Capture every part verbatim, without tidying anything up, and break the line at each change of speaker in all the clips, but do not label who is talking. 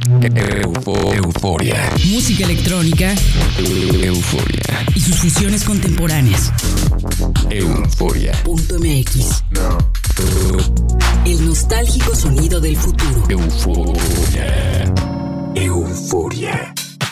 Eufo- Euforia.
Música electrónica.
Euforia.
Y sus fusiones contemporáneas.
Euforia.
Punto M X. El nostálgico sonido del futuro.
Euforia. Euforia.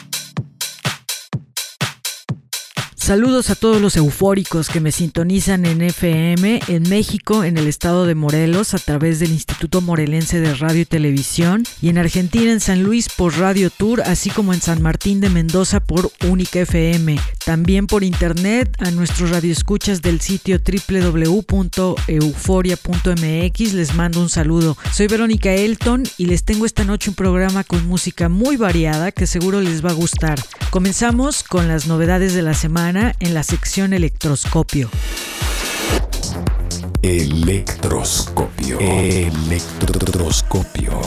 Saludos a todos los eufóricos que me sintonizan en F M, en México, en el estado de Morelos, a través del Instituto Morelense de Radio y Televisión, y en Argentina, en San Luis, por Radio Tour, así como en San Martín de Mendoza por Única F M. También por internet a nuestros radioescuchas del sitio doble u doble u doble u punto euforia punto m x. Les mando un saludo. Soy Verónica Elton y les tengo esta noche un programa con música muy variada que seguro les va a gustar. Comenzamos con las novedades de la semana en la sección Electroscopio.
Electroscopio. Electroscopio.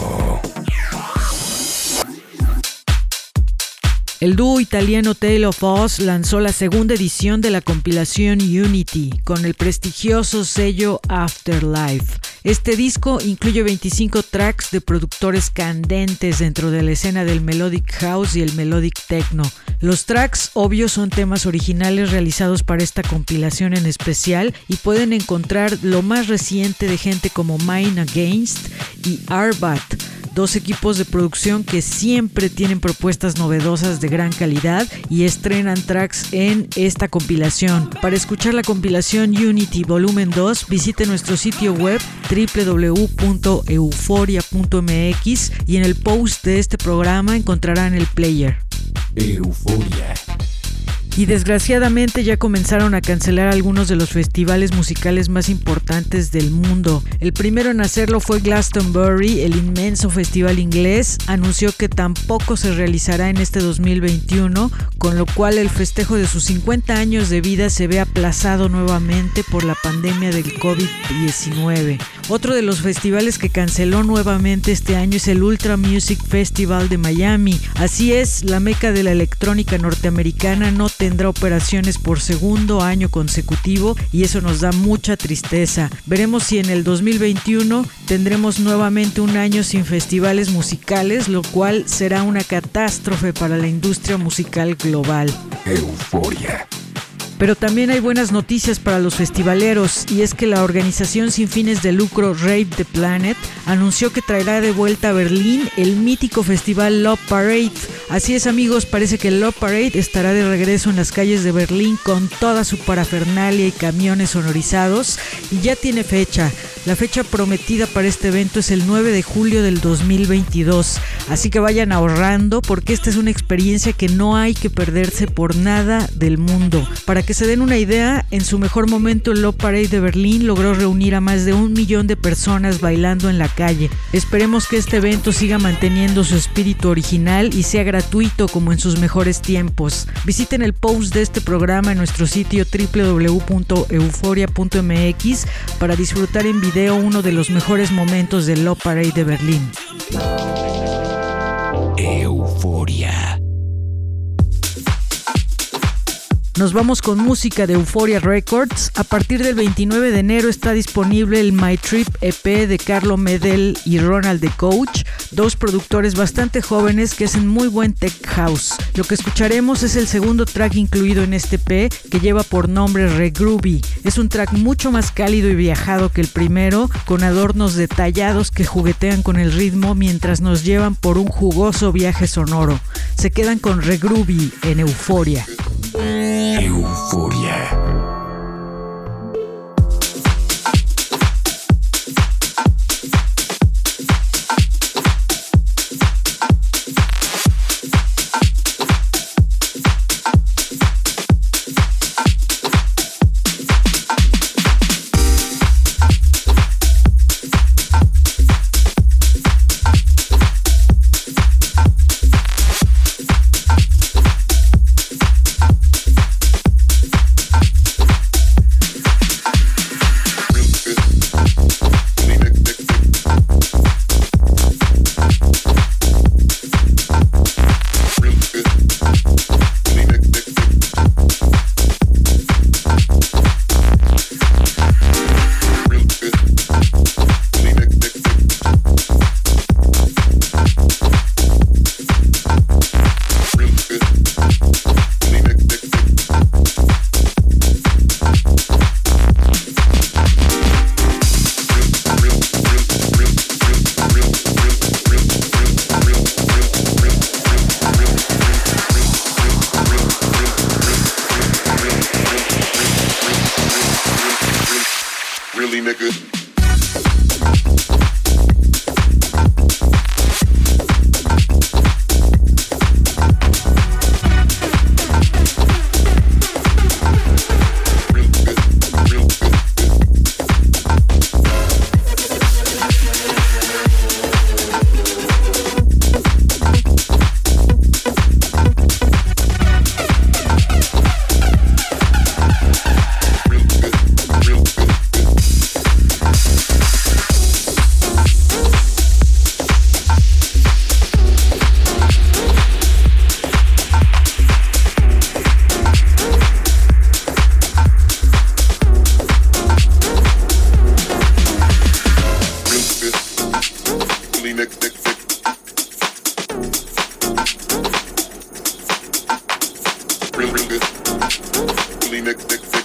El dúo italiano Tale of Us lanzó la segunda edición de la compilación Unity con el prestigioso sello Afterlife. Este disco incluye veinticinco tracks de productores candentes dentro de la escena del Melodic House y el Melodic Techno. Los tracks, obvios, son temas originales realizados para esta compilación en especial y pueden encontrar lo más reciente de gente como Mine Against y Arbat, dos equipos de producción que siempre tienen propuestas novedosas de gran calidad y estrenan tracks en esta compilación. Para escuchar la compilación Unity Volumen dos, visite nuestro sitio web doble u doble u doble u punto euforia punto m x y en el post de este programa encontrarán el player.
Euforia.
Y desgraciadamente ya comenzaron a cancelar algunos de los festivales musicales más importantes del mundo. El primero en hacerlo fue Glastonbury, el inmenso festival inglés. Anunció que tampoco se realizará en este dos mil veintiuno, con lo cual el festejo de sus cincuenta años de vida se ve aplazado nuevamente por la pandemia del covid diecinueve. Otro de los festivales que canceló nuevamente este año es el Ultra Music Festival de Miami. Así es, la meca de la electrónica norteamericana no tendrá operaciones por segundo año consecutivo y eso nos da mucha tristeza. Veremos si en el dos mil veintiuno tendremos nuevamente un año sin festivales musicales, lo cual será una catástrofe para la industria musical global.
Euforia.
Pero también hay buenas noticias para los festivaleros, y es que la organización sin fines de lucro Rave the Planet anunció que traerá de vuelta a Berlín el mítico festival Love Parade. Así es, amigos, parece que Love Parade estará de regreso en las calles de Berlín con toda su parafernalia y camiones sonorizados, y ya tiene fecha. La fecha prometida para este evento es el nueve de julio del dos mil veintidós, así que vayan ahorrando porque esta es una experiencia que no hay que perderse por nada del mundo. Para que se den una idea, en su mejor momento el Love Parade de Berlín logró reunir a más de un millón de personas bailando en la calle. Esperemos que este evento siga manteniendo su espíritu original y sea gratuito como en sus mejores tiempos. Visiten el post de este programa en nuestro sitio doble u doble u doble u punto euforia punto m x para disfrutar en video uno de los mejores momentos del Love Parade de Berlín.
Euforia.
Nos vamos con música de Euphoria Records. A partir del veintinueve de enero está disponible el My Trip E P de Carlo Medel y Ronald the Coach, dos productores bastante jóvenes que hacen muy buen tech house. Lo que escucharemos es el segundo track incluido en este E P, que lleva por nombre Regroovy. Es un track mucho más cálido y viajado que el primero, con adornos detallados que juguetean con el ritmo mientras nos llevan por un jugoso viaje sonoro. Se quedan con Regroovy en Euphoria.
Euforia.
Really Nick, Nick, Nick.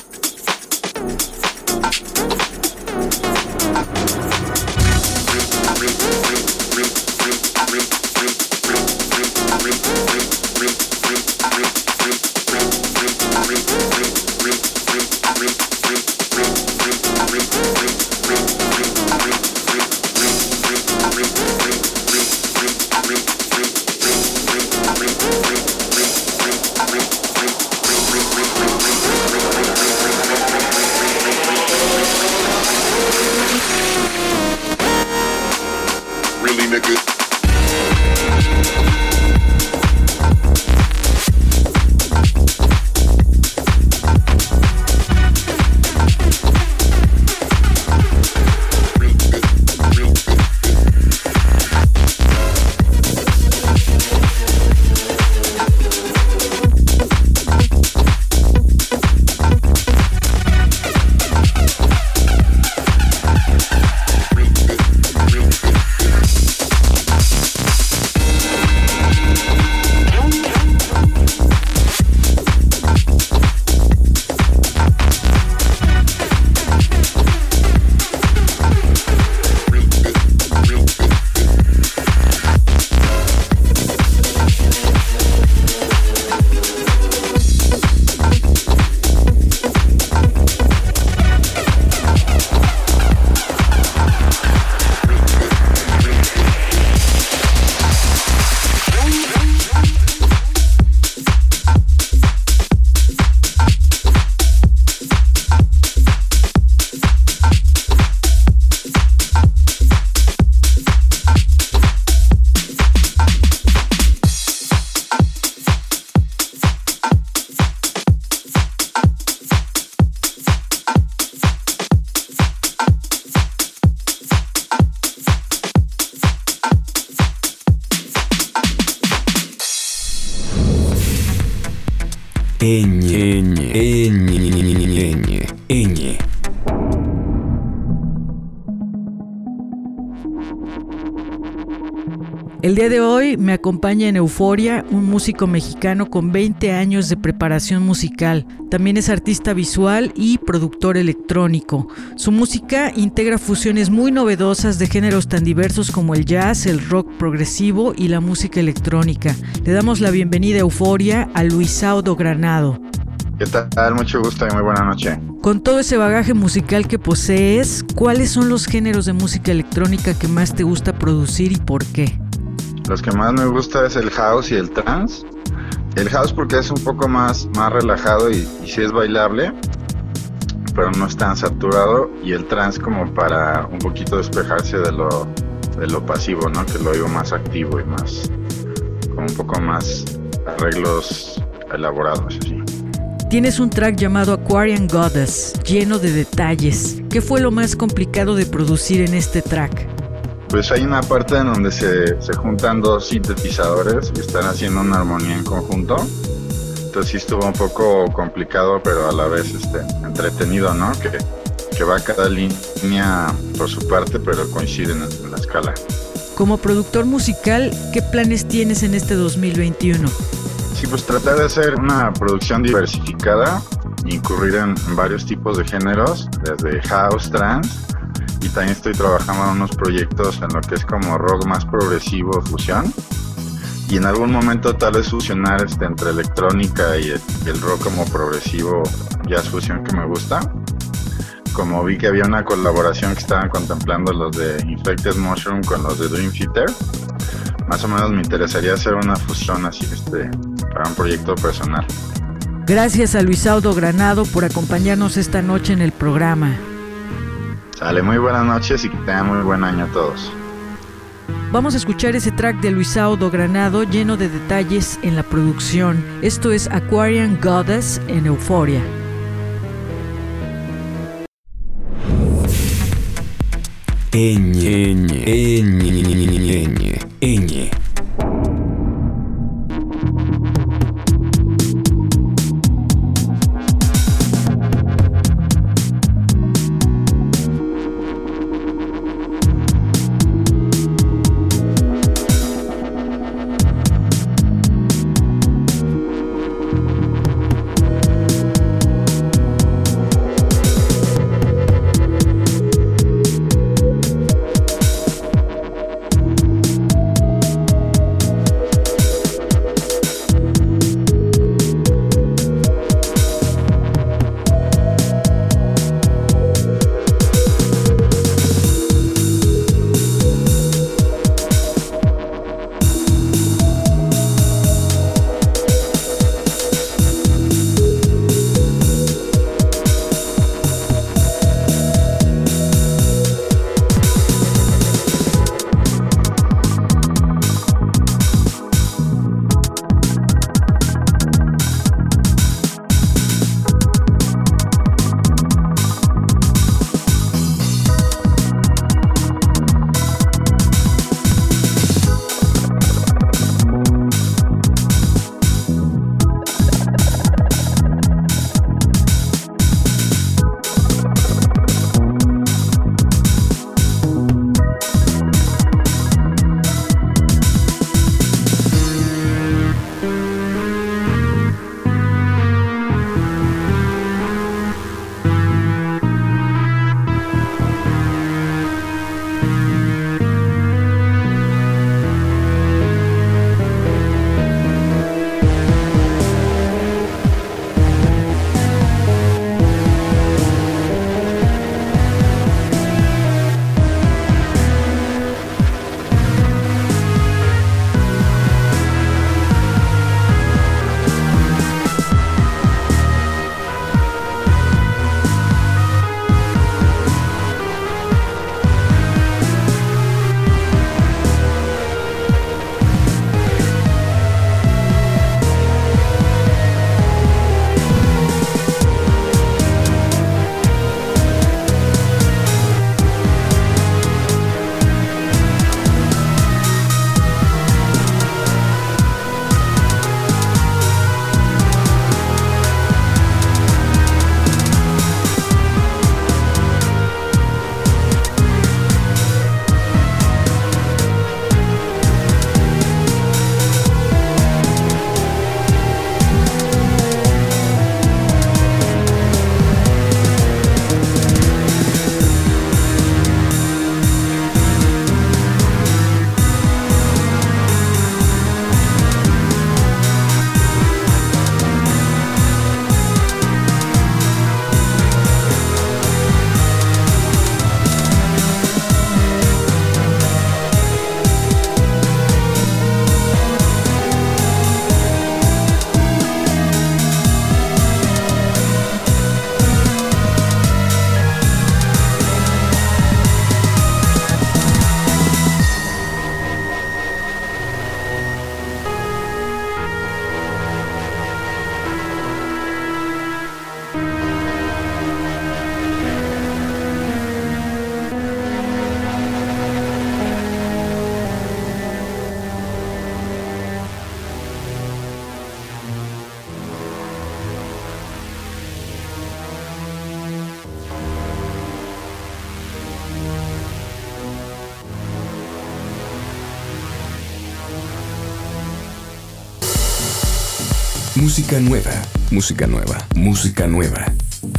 Really nigga.
Ñ, Ñ, Ñ, Ñ.
El día de hoy me acompaña en Euforia un músico mexicano con veinte años de preparación musical. También es artista visual y productor electrónico. Su música integra fusiones muy novedosas de géneros tan diversos como el jazz, el rock progresivo y la música electrónica. Le damos la bienvenida a Euforia a Luisaudo Granado.
¿Qué tal? Mucho gusto y muy buena noche.
Con todo ese bagaje musical que posees, ¿cuáles son los géneros de música electrónica que más te gusta producir y por qué?
Los que más me gusta es el house y el trance. El house porque es un poco más, más relajado y, y sí es bailable, pero no es tan saturado. Y el trance como para un poquito despejarse de lo, de lo pasivo, ¿no? Que lo oigo más activo y más, con un poco más arreglos elaborados, así.
Tienes un track llamado Aquarian Goddess, lleno de detalles. ¿Qué fue lo más complicado de producir en este track?
Pues hay una parte en donde se, se juntan dos sintetizadores y están haciendo una armonía en conjunto. Entonces sí estuvo un poco complicado, pero a la vez este, entretenido, ¿no? Que, que va cada línea por su parte, pero coinciden en, en la escala.
Como productor musical, ¿qué planes tienes en este dos mil veintiuno?
Sí, pues tratar de hacer una producción diversificada, incurrir en, en varios tipos de géneros, desde house, trance. Y también estoy trabajando en unos proyectos en lo que es como rock más progresivo, fusión. Y en algún momento tal vez fusionar este, entre electrónica y el, y el rock como progresivo, jazz fusión que me gusta. Como vi que había una colaboración que estaban contemplando los de Infected Mushroom con los de Dream Theater, más o menos me interesaría hacer una fusión así este, para un proyecto personal.
Gracias a Luisaudo Granado por acompañarnos esta noche en el programa.
Sale, muy buenas noches y que tengan muy buen año a todos.
Vamos a escuchar ese track de Luisaudo Granado lleno de detalles en la producción. Esto es Aquarian Goddess en Euforia.
Ñ, Ñ, Ñ, Ñ. Música nueva, música nueva, música nueva.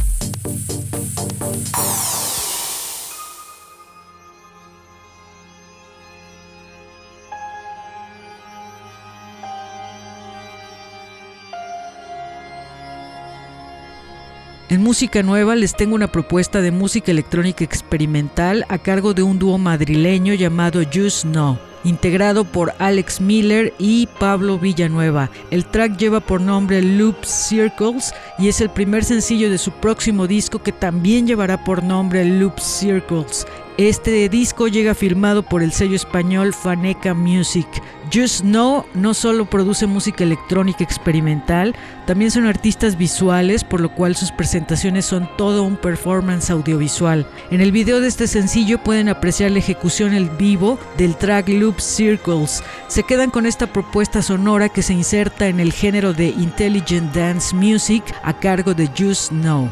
En música nueva les tengo una propuesta de música electrónica experimental a cargo de un dúo madrileño llamado Just Know, integrado por Alex Miller y Pablo Villanueva. El track lleva por nombre Loop Circles y es el primer sencillo de su próximo disco, que también llevará por nombre Loop Circles. Este disco llega firmado por el sello español Faneca Music. Just Know no solo produce música electrónica experimental, también son artistas visuales, por lo cual sus presentaciones son todo un performance audiovisual. En el video de este sencillo pueden apreciar la ejecución en vivo del track Loop Circles. Se quedan con esta propuesta sonora que se inserta en el género de Intelligent Dance Music a cargo de Just Know.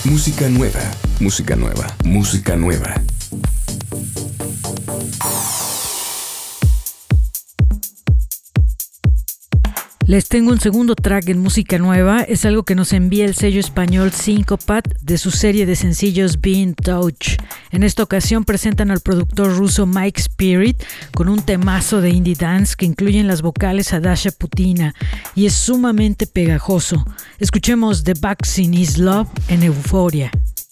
Música nueva, música nueva, música nueva.
Les tengo un segundo track en música nueva, es algo que nos envía el sello español Syncopat de su serie de sencillos Being Touch. En esta ocasión presentan al productor ruso Mike Spirit con un temazo de indie dance que incluyen las vocales a Dasha Putina y es sumamente pegajoso. Escuchemos The Vaccine is Love en Euforia.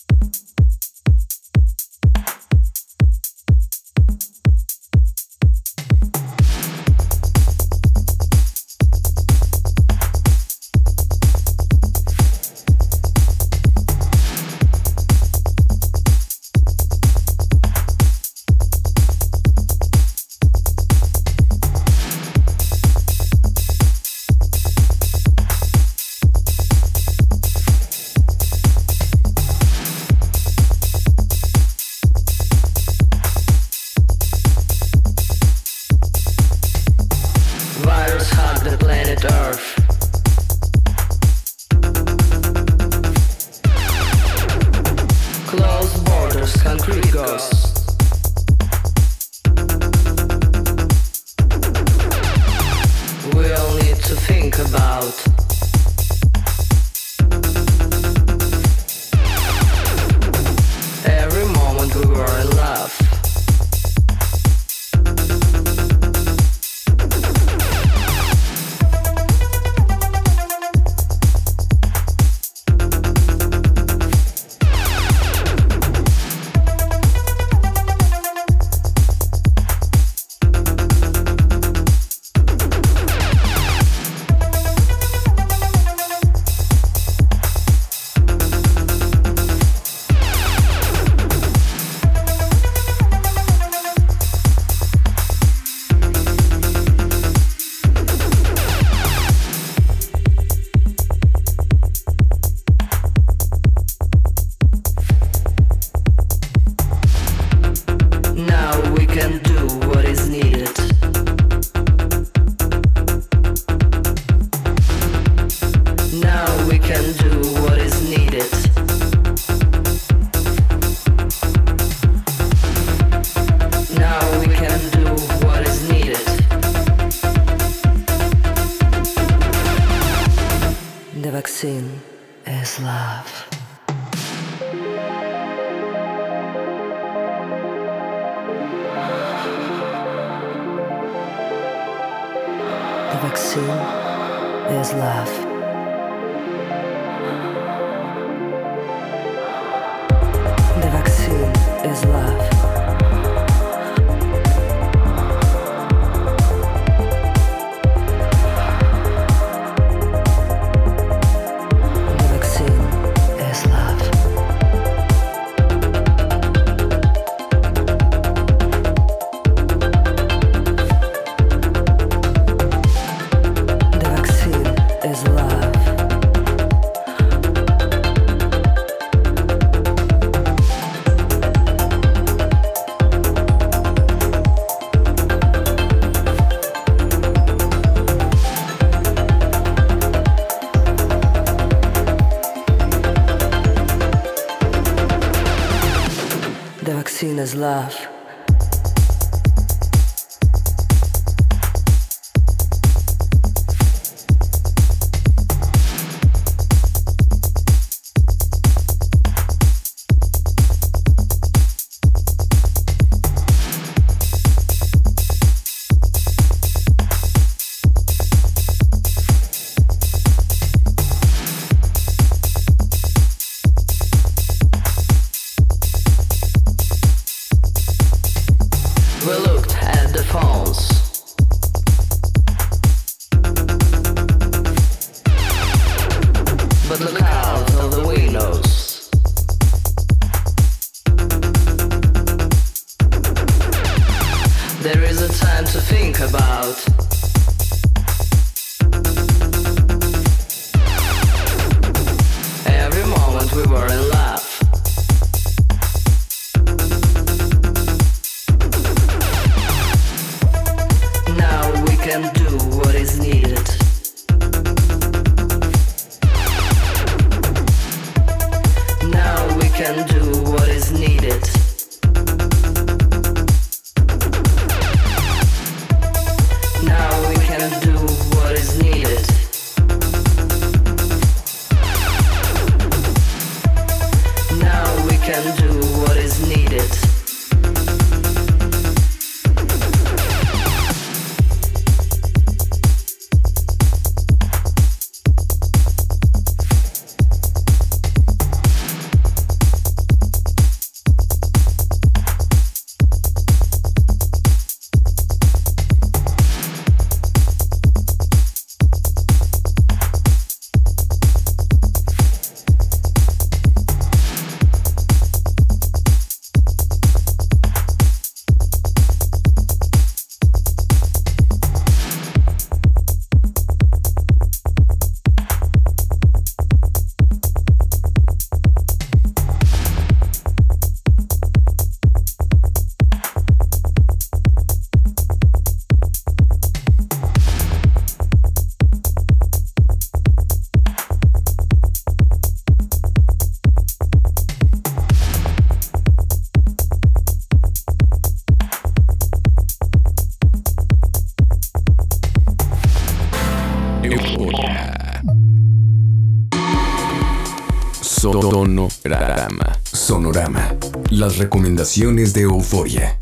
Is love.
Sonorama. Sonorama. Las recomendaciones de Euforia.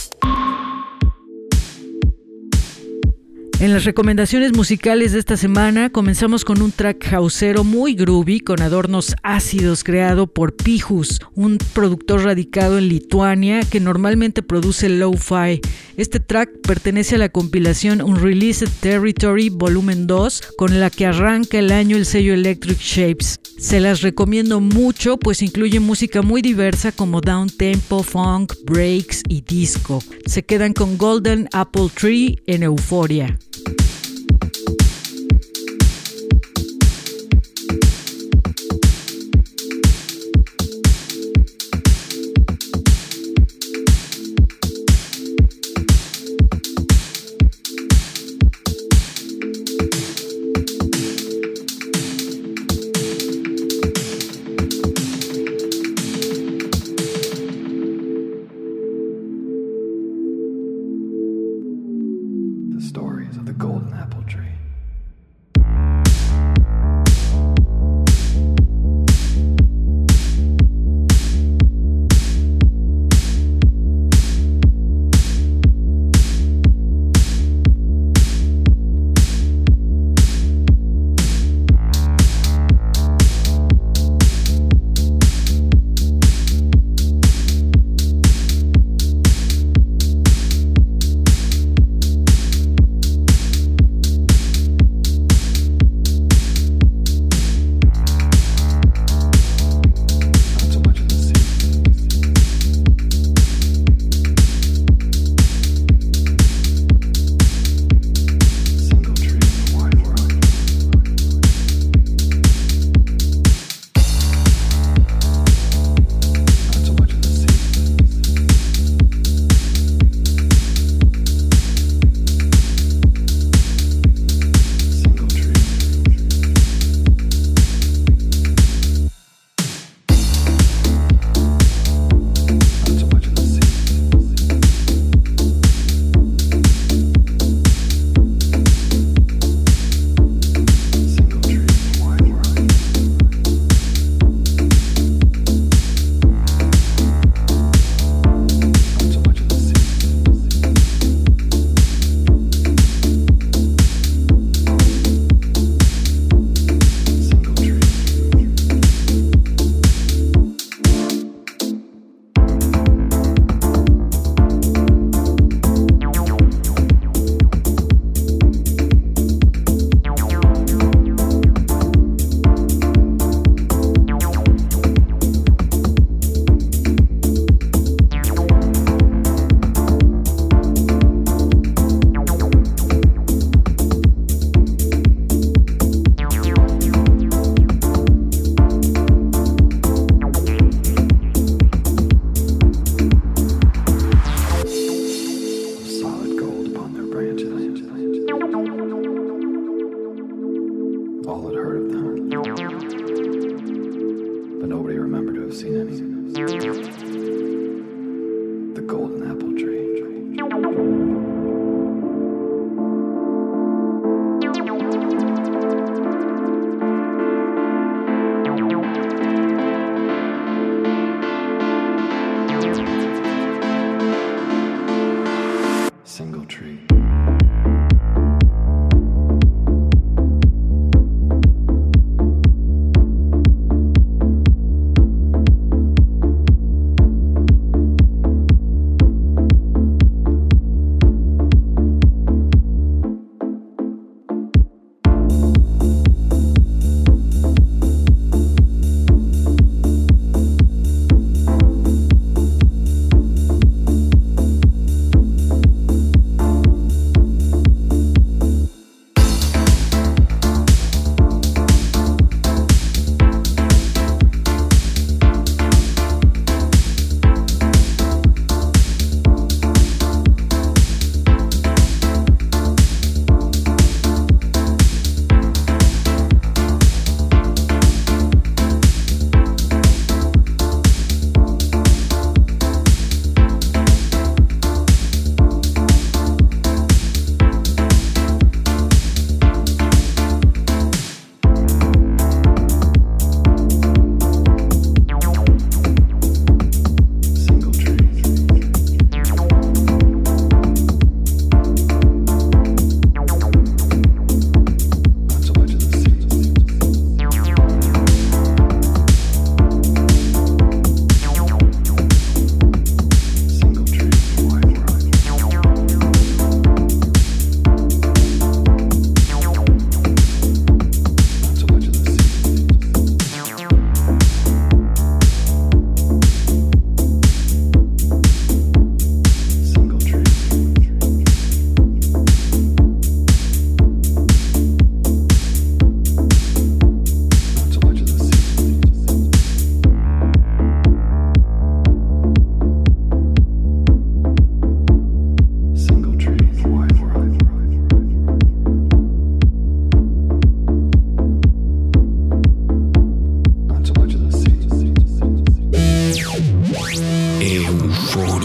En las recomendaciones musicales de esta semana comenzamos con un track houseero muy groovy con adornos ácidos creado por Pijus, un productor radicado en Lituania que normalmente produce lo-fi. Este track pertenece a la compilación Unreleased Territory Volumen dos, con la que arranca el año el sello Electric Shapes. Se las recomiendo mucho, pues incluye música muy diversa como downtempo, funk, breaks y disco. Se quedan con Golden Apple Tree en Euforia.
Stories of the golden apple tree.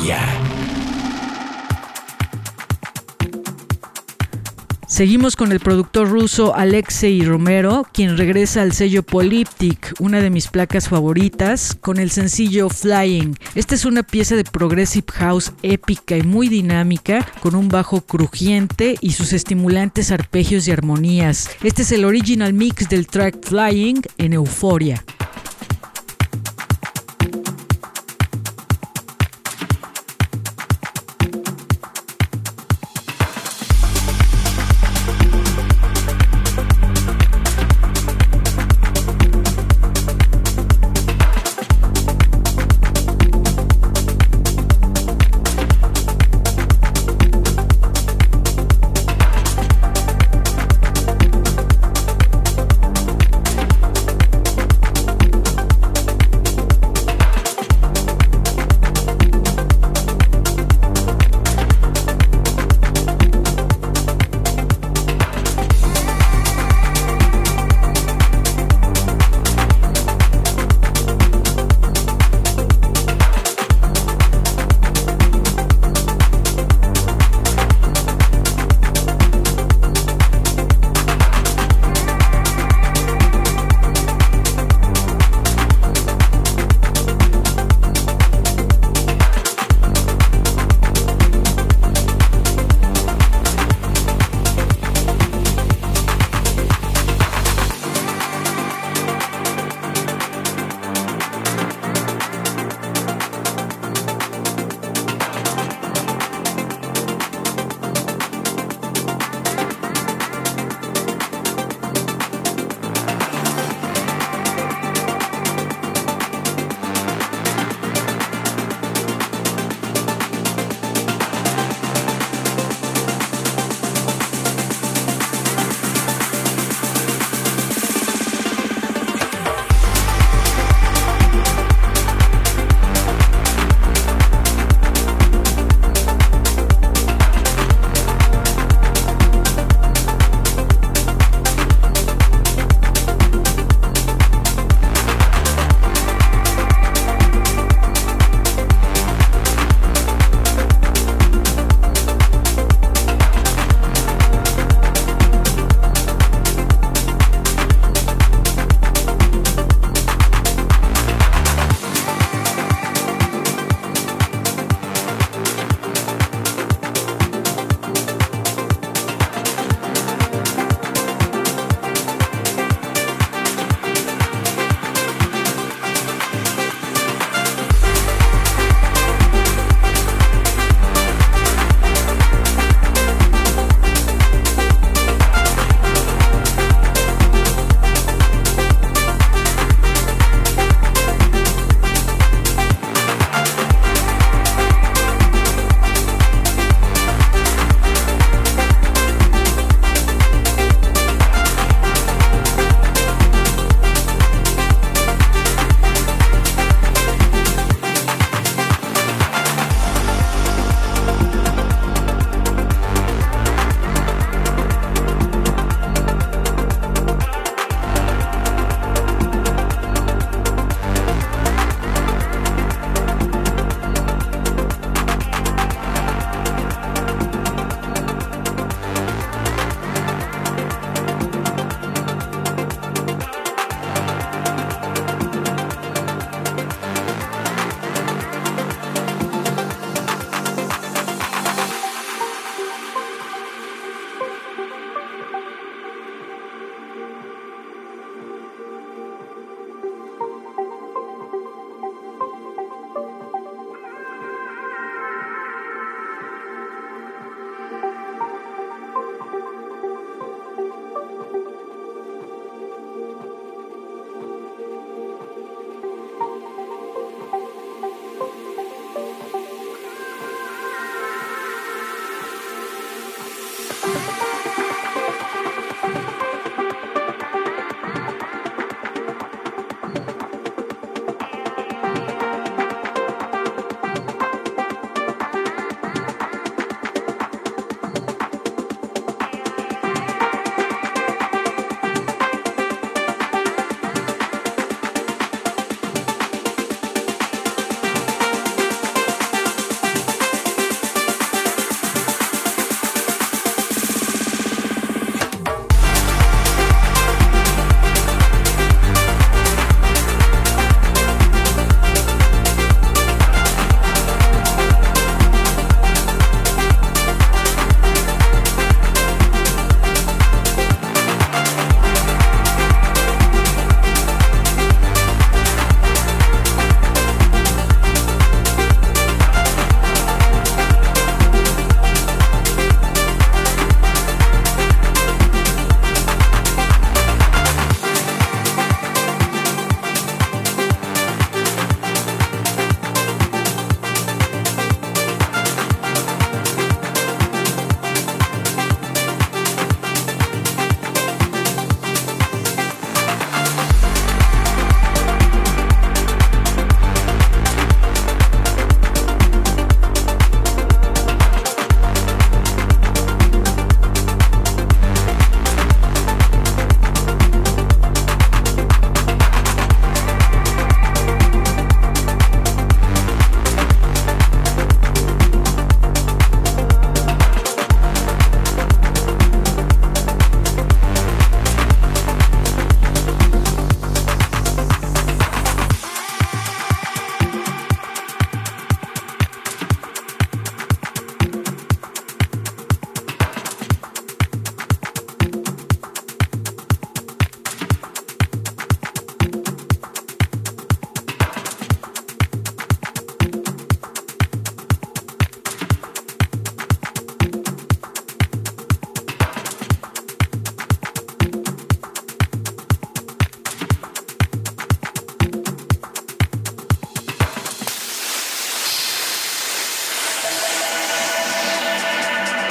Euforia.
Seguimos con el productor ruso Alexei Romero, quien regresa al sello Polyptych, una de mis placas favoritas, con el sencillo Flying. Esta es una pieza de progressive house épica y muy dinámica, con un bajo crujiente y sus estimulantes arpegios y armonías. Este es el original mix del track Flying en Euforia.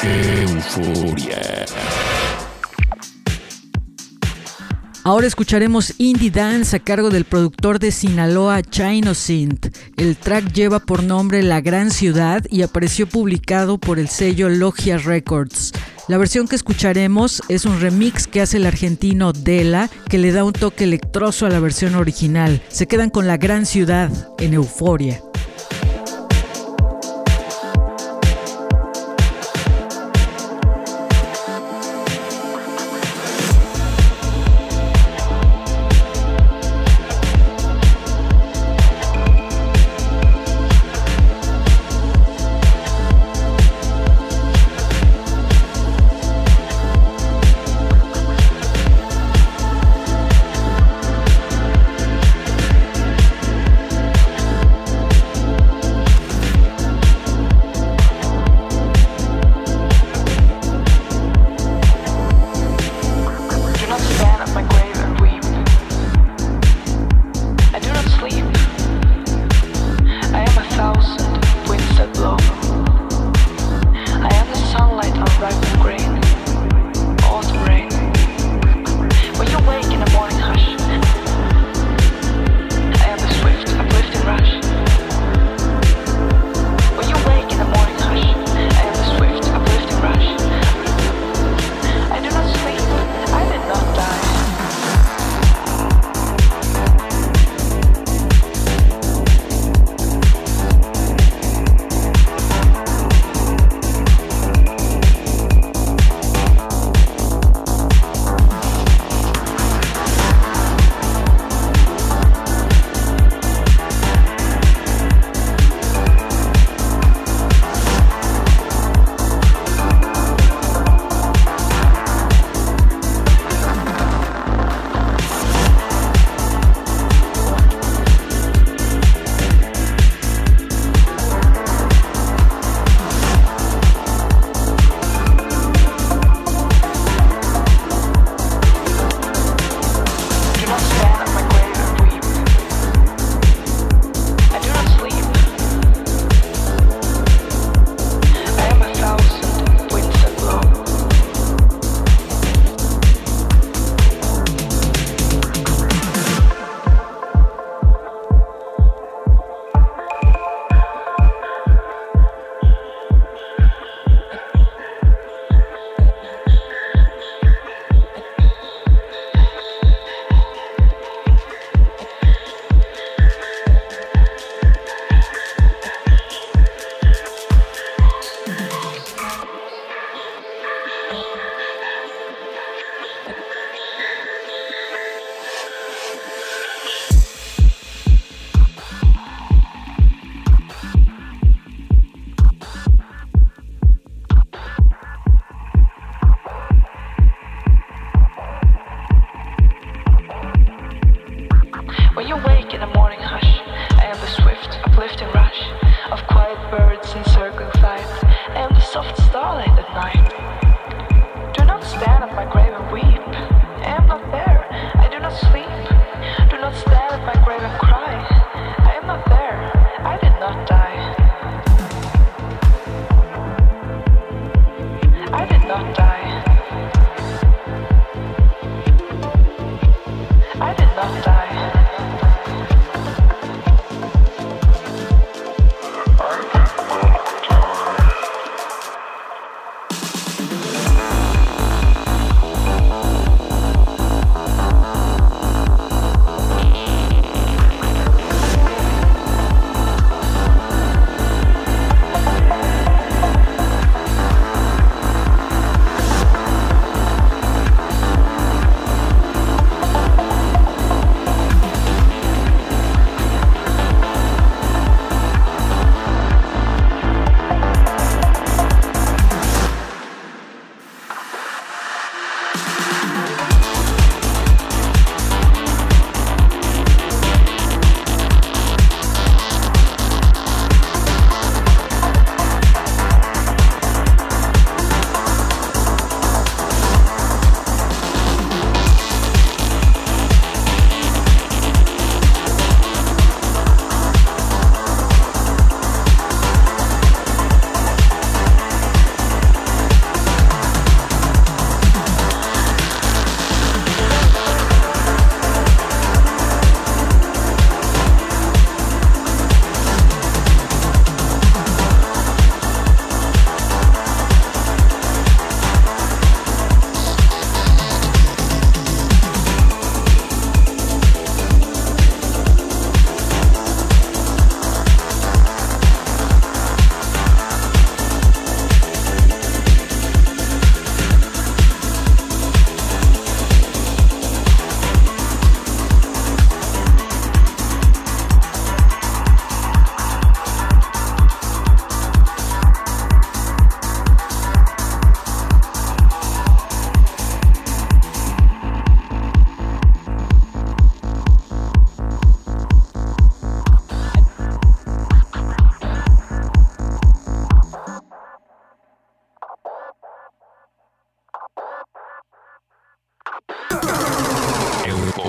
Euforia.
Ahora escucharemos Indie Dance a cargo del productor de Sinaloa, Chinosynth. El track lleva por nombre La Gran Ciudad y apareció publicado por el sello Logia Records. La versión que escucharemos es un remix que hace el argentino Dela, que le da un toque electroso a la versión original. Se quedan con La Gran Ciudad en Euforia.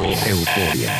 Euforia.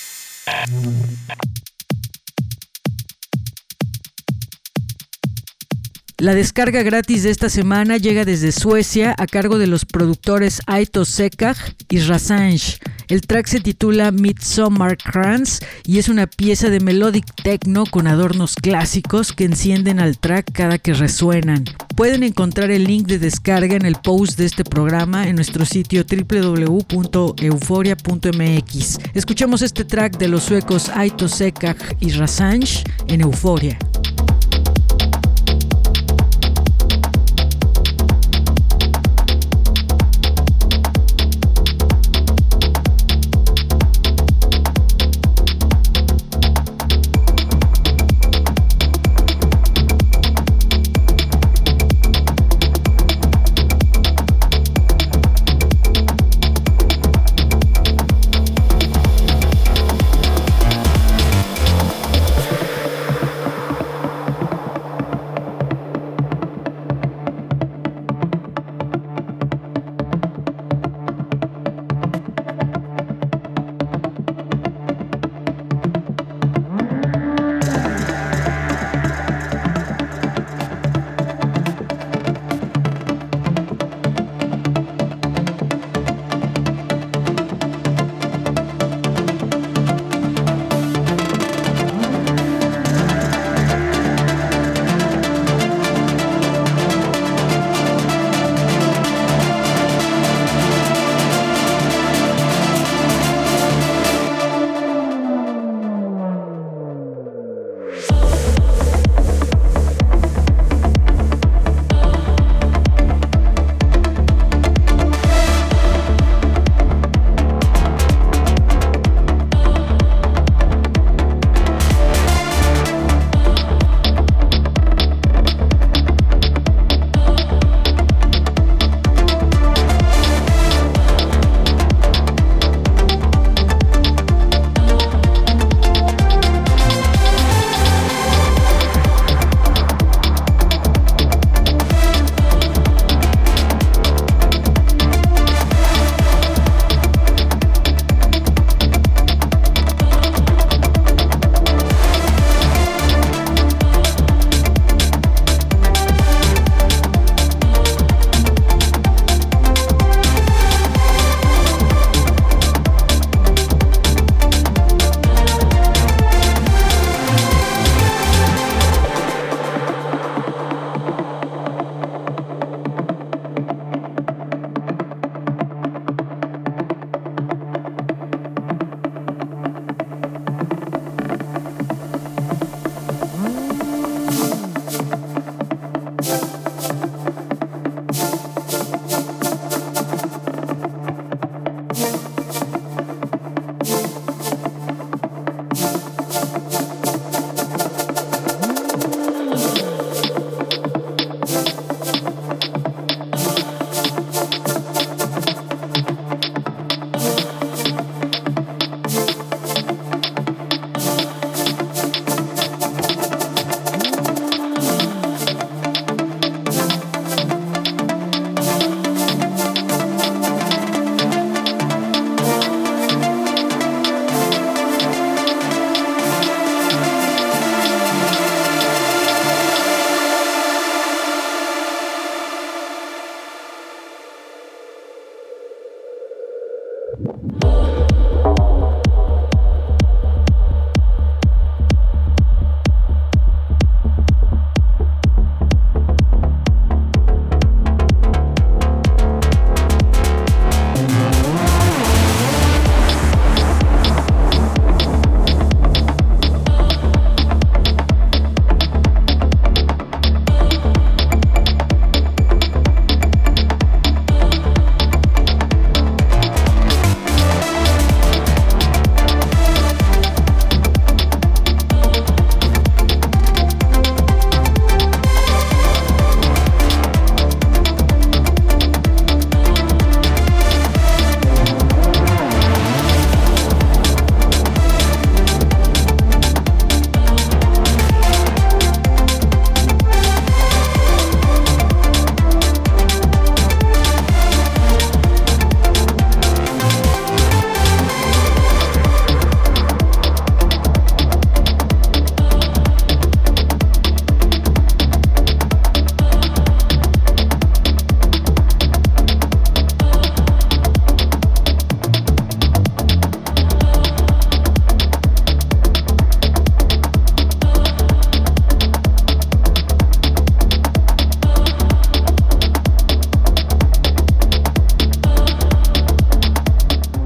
La descarga gratis de esta semana llega desde Suecia a cargo de los productores Aito Sekaj y Razange. El track se titula Midsommarkrans y es una pieza de melodic techno con adornos clásicos que encienden al track cada que resuenan. Pueden encontrar el link de descarga en el post de este programa en nuestro sitio doble u doble u doble u punto euforia punto eme equis. Escuchamos este track de los suecos Aito Sekaj y Razange en Euforia.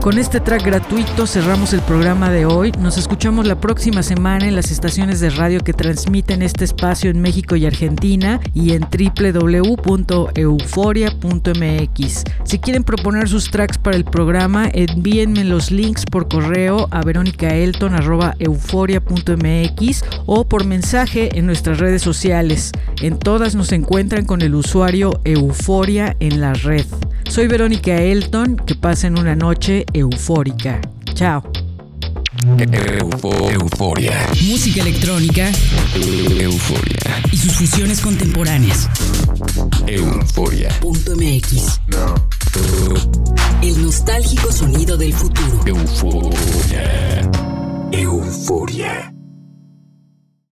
Con este track gratuito cerramos el programa de hoy. Nos escuchamos la próxima semana en las estaciones de radio que transmiten este espacio en México y Argentina y en doble u doble u doble u punto euforia punto eme equis. Si quieren proponer sus tracks para el programa, envíenme los links por correo a veronicaelton arroba euforia punto eme equis o por mensaje en nuestras redes sociales. En todas nos encuentran con el usuario Euforia en la red. Soy Verónica Elton, que pasen una noche eufórica. Chao.
Eufo- Euforia.
Música electrónica
Euforia.
y sus fusiones contemporáneas.
Euforia.
Punto M X.